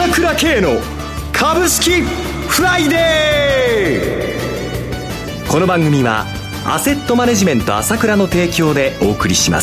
朝倉慶の株式フライデー。この番組はアセットマネジメント朝倉の提供でお送りします。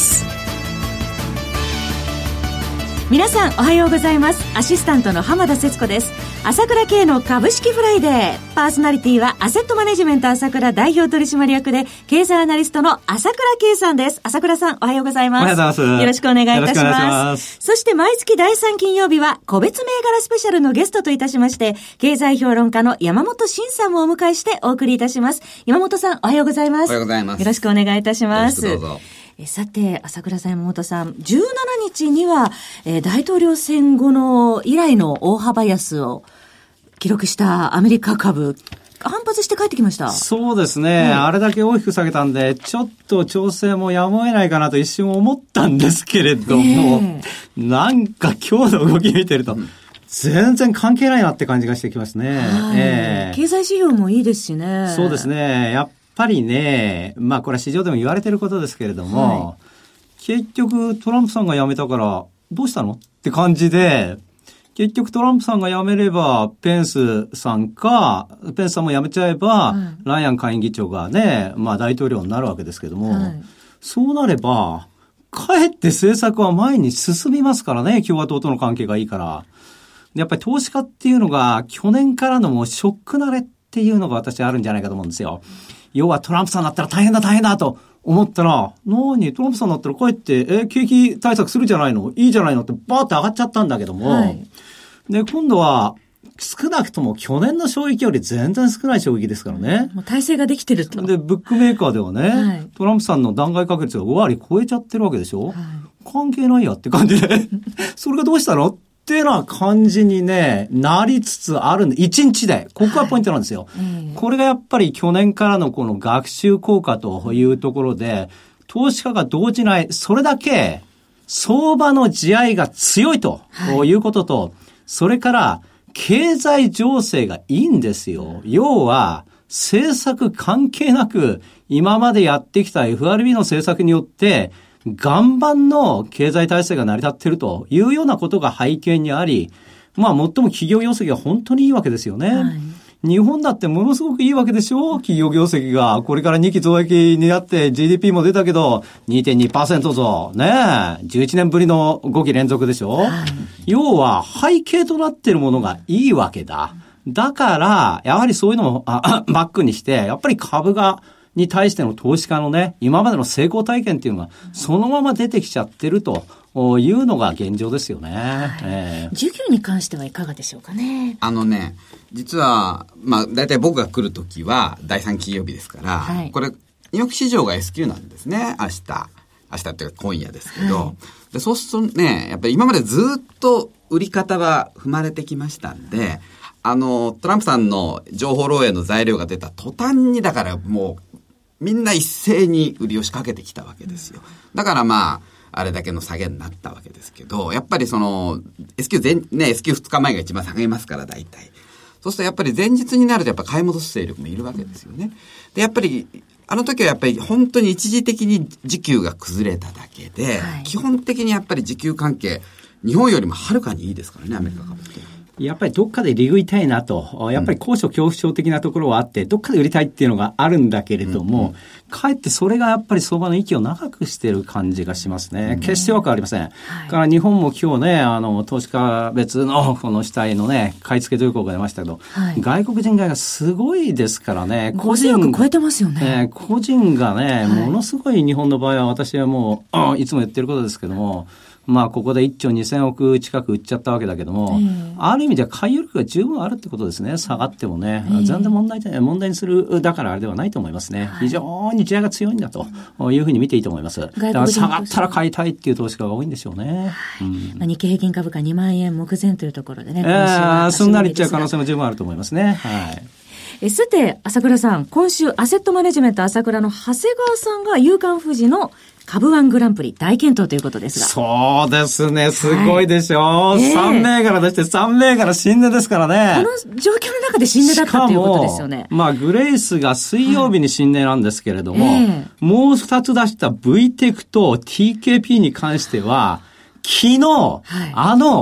皆さんおはようございます。アシスタントの浜田節子です。朝倉慶の株式フライデー。パーソナリティはアセットマネジメント朝倉代表取締役で経済アナリストの朝倉慶さんです。朝倉さんおはようございます。 おはようございます。 よろしくお願いいたします。そして毎月第3金曜日は個別銘柄スペシャルのゲストといたしまして、経済評論家の山本慎さんもお迎えしてお送りいたします。山本さんおはようございます。 おはようございます。 よろしくお願いいたします。 よろしくどうぞ。 さて、朝倉さん、山本さん、17日には、大統領選後の以来の大幅安を記録したアメリカ株、反発して帰ってきました。 そうですね、あれだけ大きく下げたんで、ちょっと調整もやむを得ないかなと一瞬思ったんですけれども、なんか今日の動き見てると、全然関係ないなって感じがしてきますね。 経済指標もいいですしね。 そうですね。やっぱりね、まあこれは市場でも言われてることですけれども、結局トランプさんが辞めたからどうしたのって感じで、結局トランプさんが辞めればペンスさんも辞めちゃえば、ライアン下院議長がね、まあ大統領になるわけですけども、そうなればかえって政策は前に進みますからね、共和党との関係がいいから。やっぱり投資家っていうのが去年からのもうショック慣れっていうのが私はあるんじゃないかと思うんですよ。要はトランプさんだったら大変だと思ったら、何トランプさんだったら帰って景気対策するじゃないの、いいじゃないのってバーって上がっちゃったんだけども、で今度は少なくとも去年の衝撃より全然少ない衝撃ですからね。 もう体制ができてると。 でブックメーカーではね、トランプさんの弾劾確率が5割超えちゃってるわけでしょ、関係ないやって感じでそれがどうしたのってな感じにね、なりつつあるんで、1日で。ここがポイントなんですよ。これがやっぱり去年からのこの学習効果というところで、投資家が動じない、それだけ相場の地合いが強いということと、それから経済情勢がいいんですよ。要は、政策関係なく、今までやってきた FRB の政策によって、岩盤の経済体制が成り立っているというようなことが背景にあり、まあ最も企業業績が本当にいいわけですよね。日本だってものすごくいいわけでしょ、企業業績が。これから2期増益になって GDP も出たけど 2.2% 増。ねえ。11年ぶりの5期連続でしょ。要は背景となっているものがいいわけだ。だから、やはりそういうのもバックにして、やっぱり株に対しての投資家のね、今までの成功体験っていうのがそのまま出てきちゃってるというのが現状ですよね。 需給に関してはいかがでしょうかね。 実は、まあ、大体僕が来るときは第3金曜日ですから、これ、ニューヨーク市場が S q なんですね、明日っていうか今夜ですけど、でそうするとね、やっぱり今までずっと売り方は踏まれてきましたんで、トランプさんの情報漏洩の材料が出た途端に、だからもう、みんな一斉に売りを仕掛けてきたわけですよ。だからまあ、あれだけの下げになったわけですけど、やっぱりその、S q 2日前が一番下げますから大体。そうするとやっぱり前日になるとやっぱ買い戻す勢力もいるわけですよね。で、やっぱり、あの時はやっぱり本当に一時的に需給が崩れただけで、基本的にやっぱり需給関係、日本よりもはるかにいいですからね、アメリカ株って。 やっぱりどっかで利食いたいなと、やっぱり高所恐怖症的なところはあって、どっかで売りたいっていうのがあるんだけれども、かえってそれがやっぱり相場の息を長くしている感じがしますね。決してわかりません。から日本も今日ね、投資家別のこの主体のね、買い付け動向が出ましたけど、外国人買いがすごいですからね。 個人超えてますよね。 個人がね、ものすごい日本の場合は私はもう、いつも言ってることですけども、まあここで1兆2000億近く売っちゃったわけだけども、ある意味では買い力が十分あるってことですね。下がってもね、全然問題にするだからあれではないと思いますね。非常に地合いが強いんだというふうに見ていいと思います。だから下がったら買いたいっていう投資家が多いんでしょうね。 日経平均株価2万円目前というところでね、 すんなりいっちゃう可能性も十分あると思いますね。 さて朝倉さん、今週アセットマネジメント朝倉の長谷川さんが夕刊フジの株ワングランプリ大健闘ということですが。 そうですね。すごいでしょ。3銘柄出して3銘柄新値ですからね。 この状況の中で新値だったということですよね。 まあグレイスが水曜日に新値なんですけれども、もう2つ出した VTEC と TKP に関しては、昨日、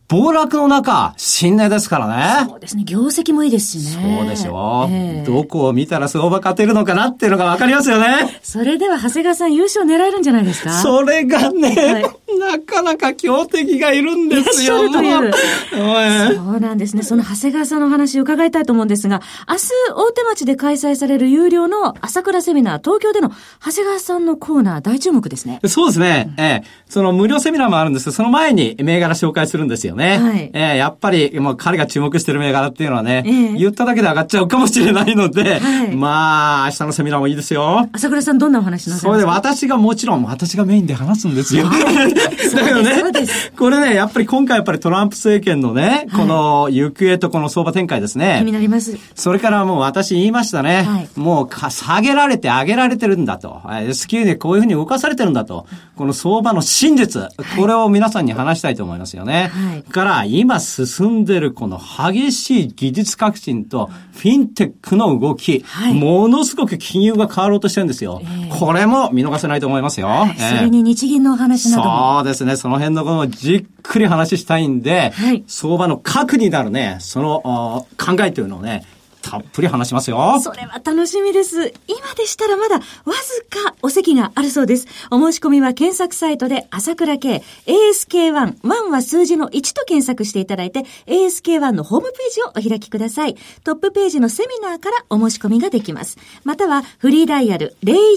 暴落の中、新値ですからね。 そうですね。業績もいいですしね。 そうでしょう。どこを見たら相場勝てるのかなっていうのがわかりますよね。 それでは長谷川さん優勝狙えるんじゃないですか？ それがね、なかなか強敵がいるんですよ。 いらっしゃるという。そうなんですね。その長谷川さんのお話を伺いたいと思うんですが、明日大手町で開催される有料の朝倉セミナー、東京での長谷川さんのコーナー大注目ですね。 そうですね。その無料セミナーもあるんですけど、その前に銘柄紹介するんですよね。はい。やっぱりもう彼が注目してる銘柄っていうのはね、言っただけで上がっちゃうかもしれないので、まあ明日のセミナーもいいですよ。 朝倉さんどんなお話なさいますか？ それで私がメインで話すんですよ。だけどね、これね、やっぱり今回トランプ政権のね、この行方とこの相場展開ですね。 気になります。それからもう私言いましたね。もう下げられて上げられてるんだと。S q でこういうふうに動かされてるんだと。この相場の真実、これを皆さんに話したいと思いますよね。から今進んでるこの激しい技術革新とフィンテックの動き、ものすごく金融が変わろうとしてるんですよ。これも見逃せないと思いますよ。 それに日銀のお話なども。 そうですね。その辺のことをじっくり話したいんで、相場の核になるね、その考えというのをね、たっぷり話しますよ。 それは楽しみです。今でしたらまだわずかお席があるそうです。お申し込みは検索サイトで朝倉慶 ASK1、1は数字の1と検索していただいて ASK1 のホームページをお開きください。トップページのセミナーからお申し込みができます。またはフリーダイヤル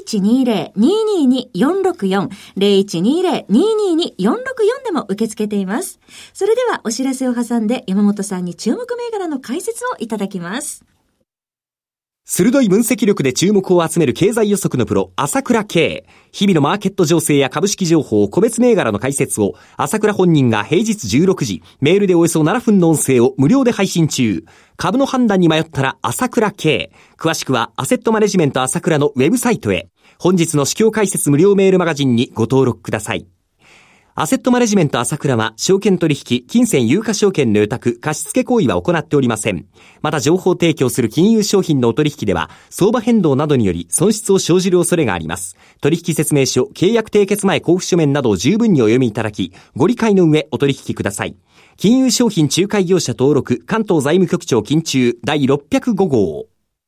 0120-222-464 0120-222-464でも受け付けています。それではお知らせを挟んで山本さんに注目銘柄の解説をいただきます。 鋭い分析力で注目を集める経済予測のプロ、朝倉慶。日々のマーケット情勢や株式情報、個別銘柄の解説を、朝倉本人が平日16時、メールでおよそ7分の音声を無料で配信中。株の判断に迷ったら朝倉慶。詳しくは、アセットマネジメント朝倉のウェブサイトへ。本日の市況解説無料メールマガジンにご登録ください。アセットマネジメント朝倉は、証券取引、金銭有価証券の予託、貸付行為は行っておりません。また情報提供する金融商品のお取引では、相場変動などにより損失を生じる恐れがあります。取引説明書、契約締結前交付書面などを十分にお読みいただき、ご理解の上お取引ください。金融商品仲介業者登録、関東財務局長金中第605号。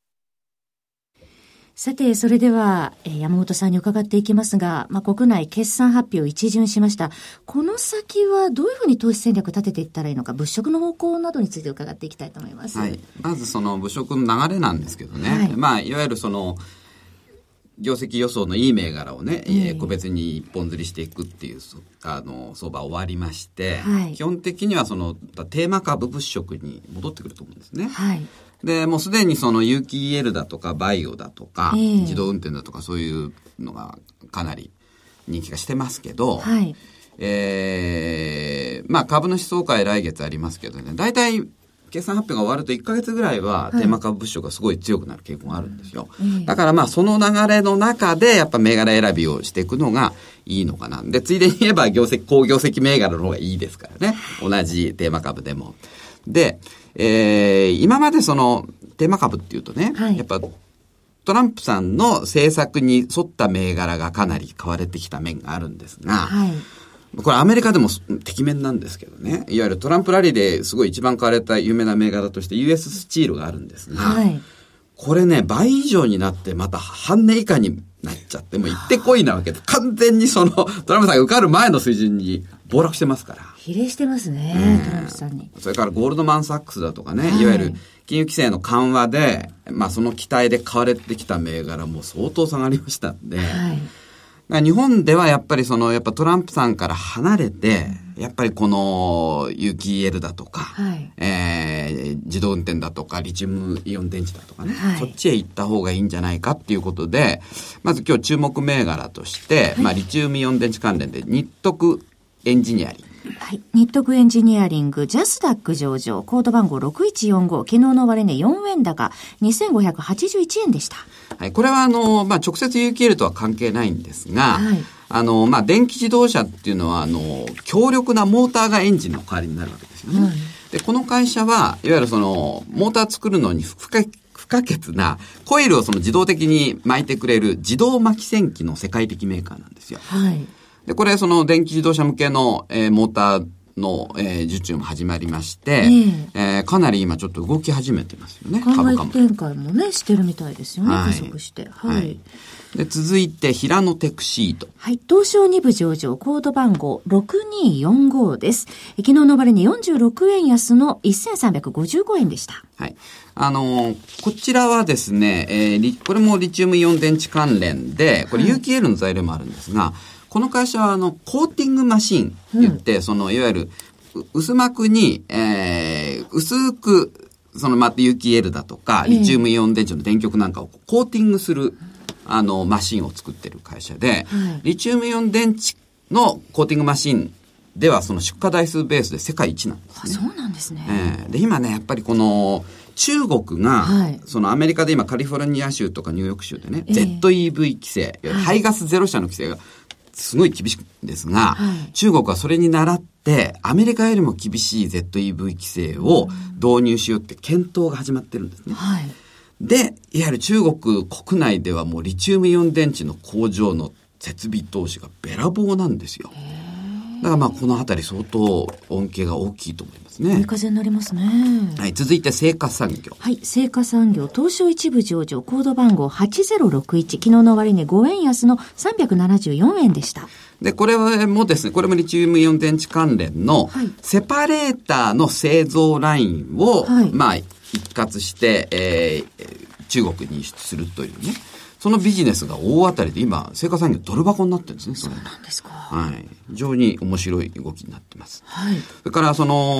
さて、それでは、山本さんに伺っていきますが、国内決算発表一巡しました。この先はどういうふうに投資戦略立てていったらいいのか、物色の方向などについて伺っていきたいと思います。 まずその物色の流れなんですけどね。いわゆるその、業績予想のいい銘柄をね、個別に一本釣りしていくっていう、相場終わりまして、基本的にはその、テーマ株物色に戻ってくると思うんですね。で、もうすでにその有機 EL だとかバイオだとか、自動運転だとかそういうのがかなり人気がしてますけど、株主総会来月ありますけどね、大体決算発表が終わると1ヶ月ぐらいはテーマ株物色がすごい強くなる傾向があるんですよ。だからその流れの中でやっぱ銘柄選びをしていくのがいいのかな。で、ついでに言えば高業績銘柄の方がいいですからね。同じテーマ株でも。で、今までそのテーマ株っていうとね、やっぱトランプさんの政策に沿った銘柄がかなり買われてきた面があるんですが、これアメリカでもてきめんなんですけどね、いわゆるトランプラリーですごい一番買われた有名な銘柄として US スチールがあるんですが、これね、倍以上になってまた半値以下になっちゃって、もう行ってこいなわけで、完全にそのトランプさんが受かる前の水準に暴落してますから。 比例してますね、トランプさんに。 それからゴールドマンサックスだとかね、いわゆる金融規制の緩和で、その期待で買われてきた銘柄も相当下がりましたんで、日本ではやっぱりやっぱトランプさんから離れて、やっぱりこの有機 EL だとか、自動運転だとか、リチウムイオン電池だとかね、そっちへ行った方がいいんじゃないかっていうことで、まず今日注目銘柄として、リチウムイオン電池関連で日徳エンジニアリング。 日徳エンジニアリング、ジャスダック上場、コード番号6145、昨日の終値4円高、2581円でした。 これは直接有機 EL とは関係ないんですが、電気自動車っていうのは、強力なモーターがエンジンの代わりになるわけですよね。で、この会社は、いわゆるモーター作るのに不可欠なコイルを自動的に巻いてくれる自動巻き線機の世界的メーカーなんですよ。で、これ電気自動車向けの、モーターの、受注も始まりまして、かなり今ちょっと動き始めてますよね。 海外展開もね、してるみたいですよね。加速して。はい。 で、続いて、平野テクシート。 はい。東証2部上場、コード番号6245です。昨日の終値46円安の1355円でした。 はい。こちらはですね、これもリチウムイオン電池関連で、これ有機 EL の材料もあるんですが、この会社はコーティングマシンって言って、いわゆる薄膜に、薄く、有機 EL だとか、リチウムイオン電池の電極なんかをコーティングする、マシンを作ってる会社で、リチウムイオン電池のコーティングマシンではその出荷台数ベースで世界一なんですね。 そうなんですね。 で、今ね、やっぱりこの、中国が、アメリカで今カリフォルニア州とかニューヨーク州でね、ZEV 規制、排ガスゼロ車の規制がすごい厳しいんですが、中国はそれに倣って、アメリカよりも厳しい ZEV 規制を導入しようって検討が始まってるんですね。で、いわゆる中国国内ではもうリチウムイオン電池の工場の設備投資がべらぼうなんですよ。だからこのあたり相当恩恵が大きいと思いますね。 いい風になりますね。 はい、続いて製菓産業。 はい、製菓産業、東証一部上場、コード番号8061、昨日の終値5円安の374円でした。 で、これもですね、これもリチウムイオン電池関連の、セパレーターの製造ラインを、一括して、中国に輸出するというね。そのビジネスが大当たりで今、製菓産業ドル箱になってるんですね。 そうなんですか。 はい。非常に面白い動きになってます。 はい。 それから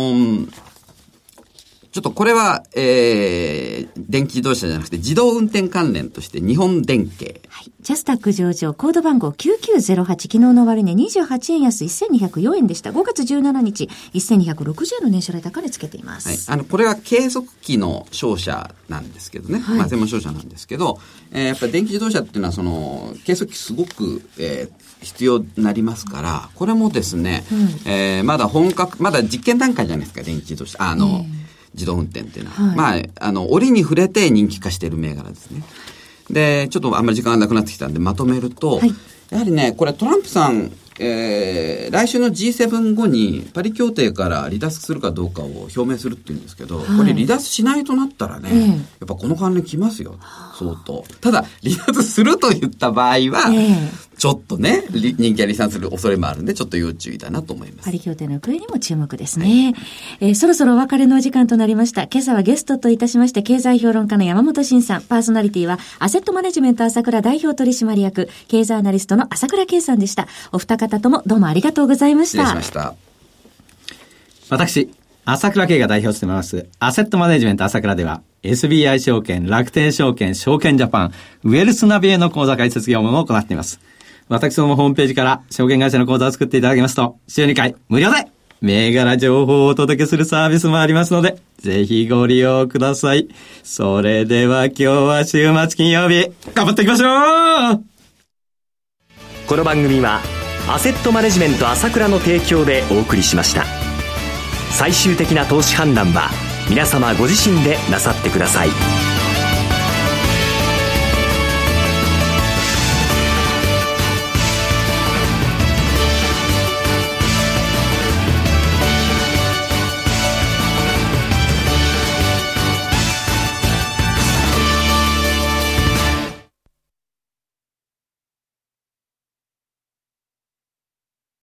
ちょっとこれは、電気自動車じゃなくて自動運転関連として日本電機。 はい。ジャスタック上場、コード番号9908、昨日の終値28円安1204円でした。5月17日、1260円の年初来高値つけています。 はい。これは計測器の商社なんですけどね。専門商社なんですけど、やっぱり電気自動車っていうのは計測器すごく、必要になりますから、これもですね、まだ実験段階じゃないですか、電気自動車。自動運転っていうのは。折に触れて人気化している銘柄ですね。で、ちょっとあんまり時間がなくなってきたんでまとめると、やはりね、これトランプさん、来週の G7 後にパリ協定から離脱するかどうかを表明するって言うんですけど、これ離脱しないとなったらね、やっぱこの関連きますよ、相当。ただ、離脱すると言った場合は、ちょっとね、人気が離散する恐れもあるんで、ちょっと要注意だなと思います。 パリ協定の行方にも注目ですね。そろそろお別れのお時間となりました。今朝はゲストといたしまして、経済評論家の山本慎さん、パーソナリティは、アセットマネジメント朝倉代表取締役、経済アナリストの朝倉圭さんでした。お二方ともどうもありがとうございました。 失礼しました。 私、朝倉圭が代表を務めます、アセットマネジメント朝倉では、SBI 証券、楽天証券、証券ジャパン、ウェルスナビへの口座開設業務を行っています。私どもホームページから証券会社の口座を作っていただきますと、週2回無料で銘柄情報をお届けするサービスもありますので、ぜひご利用ください。それでは今日は週末金曜日、頑張っていきましょう。 この番組はアセットマネジメント朝倉の提供でお送りしました。最終的な投資判断は皆様ご自身でなさってください。